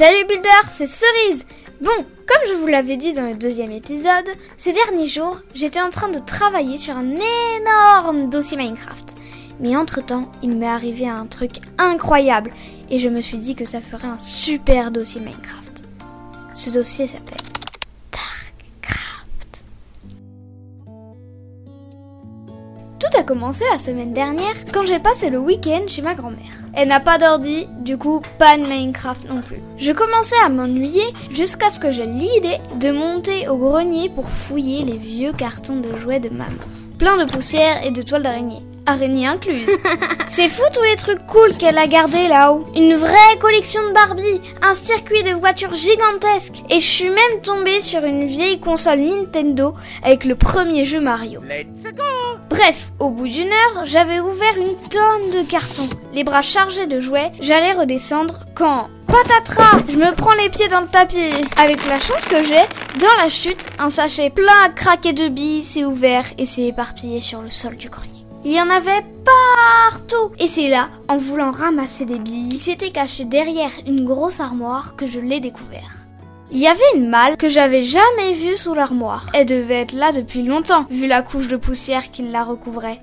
Salut Builder, c'est Cerise. Bon, comme je vous l'avais dit dans le 2e épisode, ces derniers jours, j'étais en train de travailler sur un énorme dossier Minecraft. Mais entre-temps, il m'est arrivé un truc incroyable et je me suis dit que ça ferait un super dossier Minecraft. Ce dossier s'appelle Darkcraft. Tout a commencé la semaine dernière quand j'ai passé le week-end chez ma grand-mère. Elle n'a pas d'ordi, du coup pas de Minecraft non plus. Je commençais à m'ennuyer jusqu'à ce que j'ai l'idée de monter au grenier pour fouiller les vieux cartons de jouets de maman. Plein de poussière et de toiles d'araignée. Araignée incluse. C'est fou tous les trucs cool qu'elle a gardés là-haut. Une vraie collection de Barbie, un circuit de voitures gigantesque. Et je suis même tombée sur une vieille console Nintendo avec le premier jeu Mario. Let's go! Bref, au bout d'une heure, j'avais ouvert une tonne de cartons. Les bras chargés de jouets, j'allais redescendre quand... patatras! Je me prends les pieds dans le tapis. Avec la chance que j'ai, dans la chute, un sachet plein à craquer de billes s'est ouvert et s'est éparpillé sur le sol du grenier. Il y en avait partout. Et c'est là, en voulant ramasser des billes, qui s'était caché derrière une grosse armoire que je l'ai découvert. Il y avait une malle que j'avais jamais vue sous l'armoire. Elle devait être là depuis longtemps, vu la couche de poussière qui la recouvrait.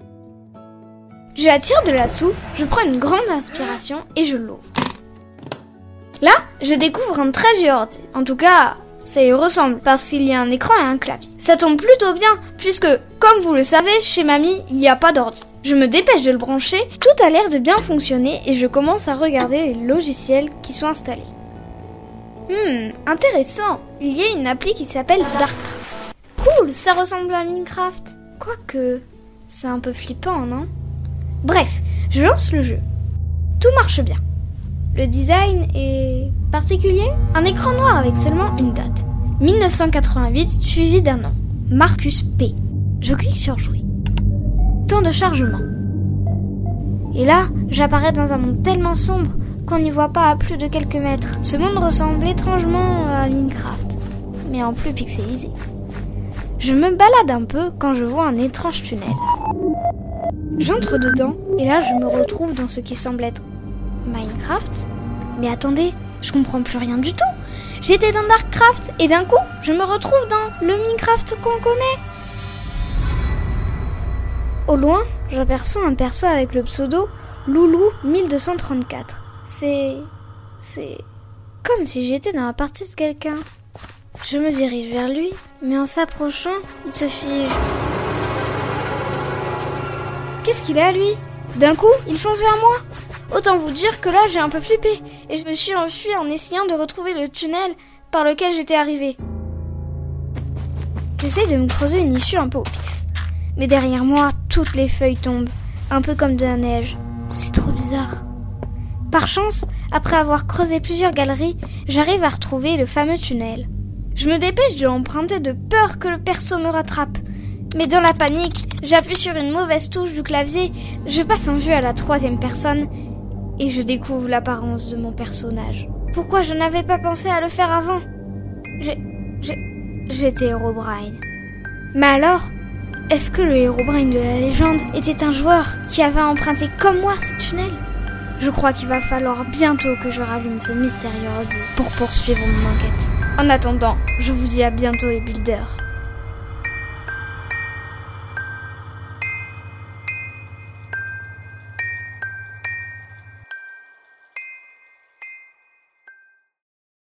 Je la tire de là-dessous, je prends une grande inspiration et je l'ouvre. Là, je découvre un très vieux ordi. En tout cas, ça y ressemble parce qu'il y a un écran et un clavier. Ça tombe plutôt bien puisque, comme vous le savez, chez mamie, il n'y a pas d'ordi. Je me dépêche de le brancher, tout a l'air de bien fonctionner et je commence à regarder les logiciels qui sont installés. Intéressant. Il y a une appli qui s'appelle Darkcraft. Cool, ça ressemble à Minecraft. Quoique, c'est un peu flippant, non? Bref, je lance le jeu. Tout marche bien. Le design est particulier. Un écran noir avec seulement une date. 1988 suivi d'un nom. Marcus P. Je clique sur jouer. Temps de chargement. Et là, j'apparais dans un monde tellement sombre qu'on n'y voit pas à plus de quelques mètres. Ce monde ressemble étrangement à Minecraft, mais en plus pixelisé. Je me balade un peu quand je vois un étrange tunnel. J'entre dedans et là je me retrouve dans ce qui semble être Minecraft. Mais attendez, je comprends plus rien du tout. J'étais dans Darkcraft et d'un coup, je me retrouve dans le Minecraft qu'on connaît. Au loin, j'aperçois un perso avec le pseudo Loulou 1234. C'est comme si j'étais dans la partie de quelqu'un. Je me dirige vers lui, mais en s'approchant, il se fige. Qu'est-ce qu'il a, lui? D'un coup, il fonce vers moi. Autant vous dire que là, j'ai un peu flippé, et je me suis enfuie en essayant de retrouver le tunnel par lequel j'étais arrivée. J'essaie de me creuser une issue un peu au pif. Mais derrière moi, toutes les feuilles tombent, un peu comme de la neige. C'est trop bizarre. Par chance, après avoir creusé plusieurs galeries, j'arrive à retrouver le fameux tunnel. Je me dépêche de l'emprunter de peur que le perso me rattrape. Mais dans la panique, j'appuie sur une mauvaise touche du clavier, je passe en vue à la 3e personne et je découvre l'apparence de mon personnage. Pourquoi je n'avais pas pensé à le faire avant? J'étais Herobrine. Mais alors, est-ce que le Herobrine de la légende était un joueur qui avait emprunté comme moi ce tunnel? Je crois qu'il va falloir bientôt que je rallume ce mystérieux ordi pour poursuivre mon enquête. En attendant, je vous dis à bientôt les builders.